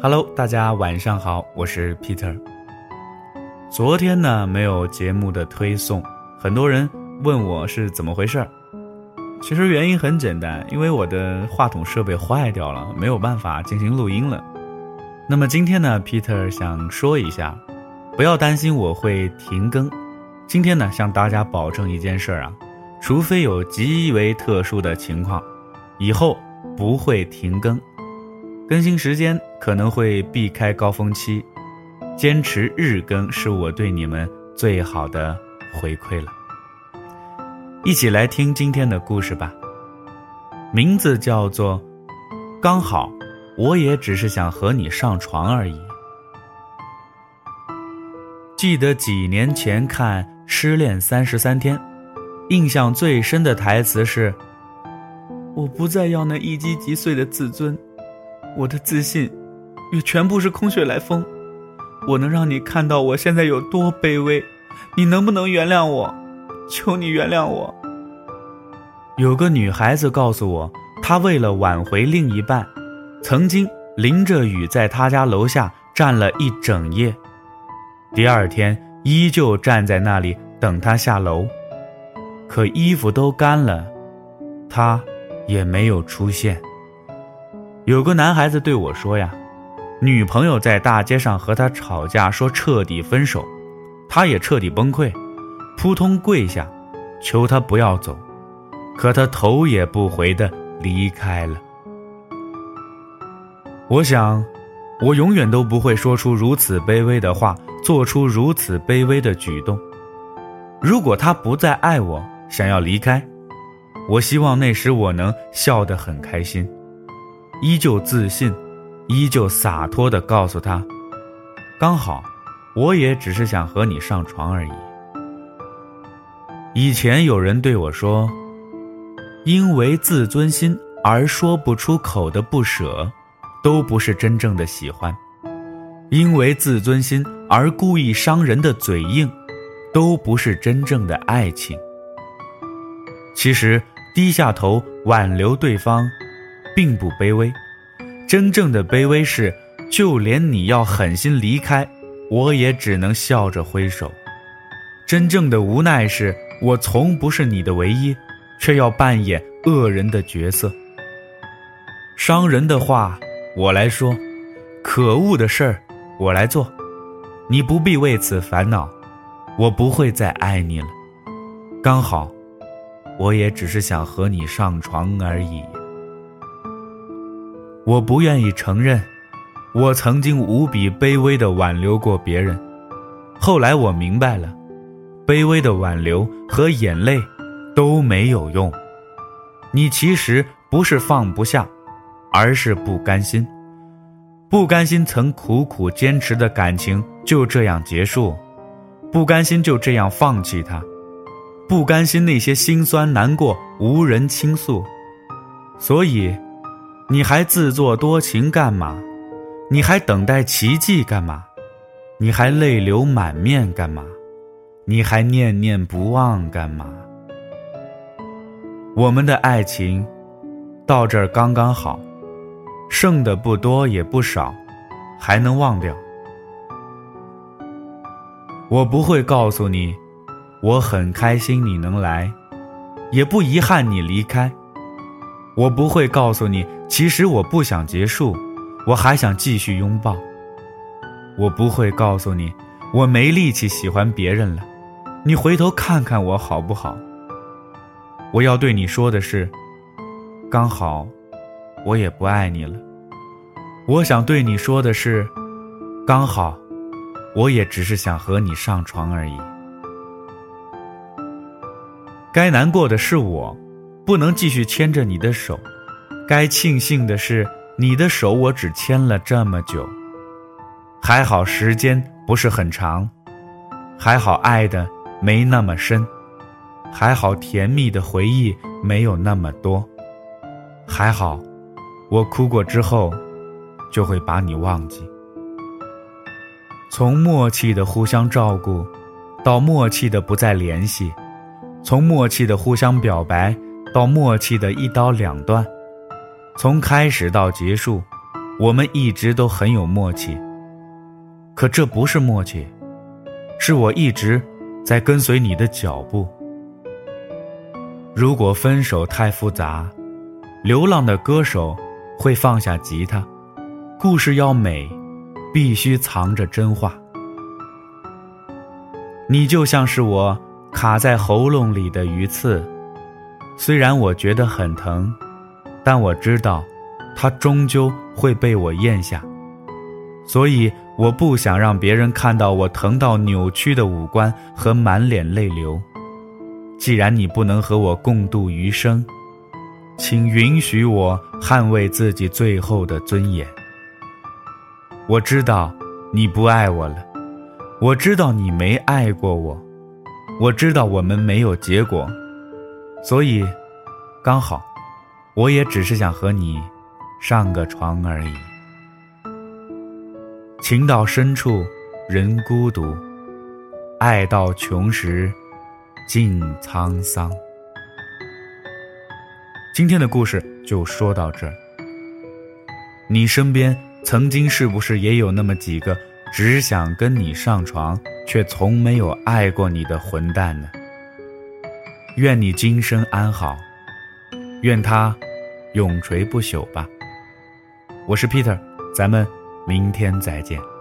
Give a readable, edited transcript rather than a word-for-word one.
Hello， 大家晚上好，我是 Peter。昨天呢没有节目的推送，很多人问我是怎么回事。其实原因很简单，因为我的话筒设备坏掉了，没有办法进行录音了。那么今天呢 Peter 想说一下，不要担心我会停更。今天呢向大家保证一件事啊，除非有极为特殊的情况，以后不会停更。更新时间可能会避开高峰期，坚持日更是我对你们最好的回馈了。一起来听今天的故事吧，名字叫做刚好我也只是想和你上床而已。记得几年前看《失恋33天》，印象最深的台词是：我不再要那一击即碎的自尊，我的自信也全部是空穴来风。我能让你看到我现在有多卑微，你能不能原谅我？求你原谅我。有个女孩子告诉我，她为了挽回另一半，曾经淋着雨在她家楼下站了一整夜，第二天依旧站在那里等他下楼，可衣服都干了，他也没有出现。有个男孩子对我说呀，女朋友在大街上和他吵架，说彻底分手，他也彻底崩溃，扑通跪下求他不要走，可他头也不回地离开了。我想我永远都不会说出如此卑微的话，做出如此卑微的举动。如果他不再爱我，想要离开，我希望那时我能笑得很开心，依旧自信，依旧洒脱地告诉他，刚好我也只是想和你上床而已。以前有人对我说，因为自尊心而说不出口的不舍，都不是真正的喜欢；因为自尊心而故意伤人的嘴硬，都不是真正的爱情。其实低下头挽留对方并不卑微，真正的卑微是就连你要狠心离开，我也只能笑着挥手。真正的无奈是我从不是你的唯一，却要扮演恶人的角色。伤人的话我来说，可恶的事儿我来做，你不必为此烦恼，我不会再爱你了。刚好我也只是想和你上床而已。我不愿意承认，我曾经无比卑微地挽留过别人。后来我明白了，卑微的挽留和眼泪都没有用。你其实不是放不下，而是不甘心。不甘心曾苦苦坚持的感情就这样结束，不甘心就这样放弃它，不甘心那些心酸难过无人倾诉。所以你还自作多情干嘛？你还等待奇迹干嘛？你还泪流满面干嘛？你还念念不忘干嘛？我们的爱情到这儿刚刚好，剩的不多也不少，还能忘掉。我不会告诉你我很开心你能来，也不遗憾你离开。我不会告诉你其实我不想结束，我还想继续拥抱。我不会告诉你我没力气喜欢别人了，你回头看看我好不好。我要对你说的是，刚好我也不爱你了。我想对你说的是，刚好我也只是想和你上床而已。该难过的是我不能继续牵着你的手，该庆幸的是你的手我只牵了这么久。还好时间不是很长，还好爱的没那么深，还好甜蜜的回忆没有那么多，还好我哭过之后就会把你忘记。从默契的互相照顾到默契的不再联系，从默契的互相表白到默契的一刀两断，从开始到结束， 我们一直都很有默契。可这不是默契，是我一直在跟随你的脚步。如果分手太复杂，流浪的歌手会放下吉他，故事要美，必须藏着真话。你就像是我卡在喉咙里的鱼刺，虽然我觉得很疼，但我知道它终究会被我咽下，所以我不想让别人看到我疼到扭曲的五官和满脸泪流。既然你不能和我共度余生，请允许我捍卫自己最后的尊严。我知道你不爱我了，我知道你没爱过我，我知道我们没有结果，所以刚好我也只是想和你上个床而已。情到深处人孤独，爱到穷时尽沧桑。今天的故事就说到这儿。你身边曾经是不是也有那么几个只想跟你上床却从没有爱过你的混蛋呢？愿你今生安好，愿他永垂不朽吧。我是 Peter，咱们明天再见。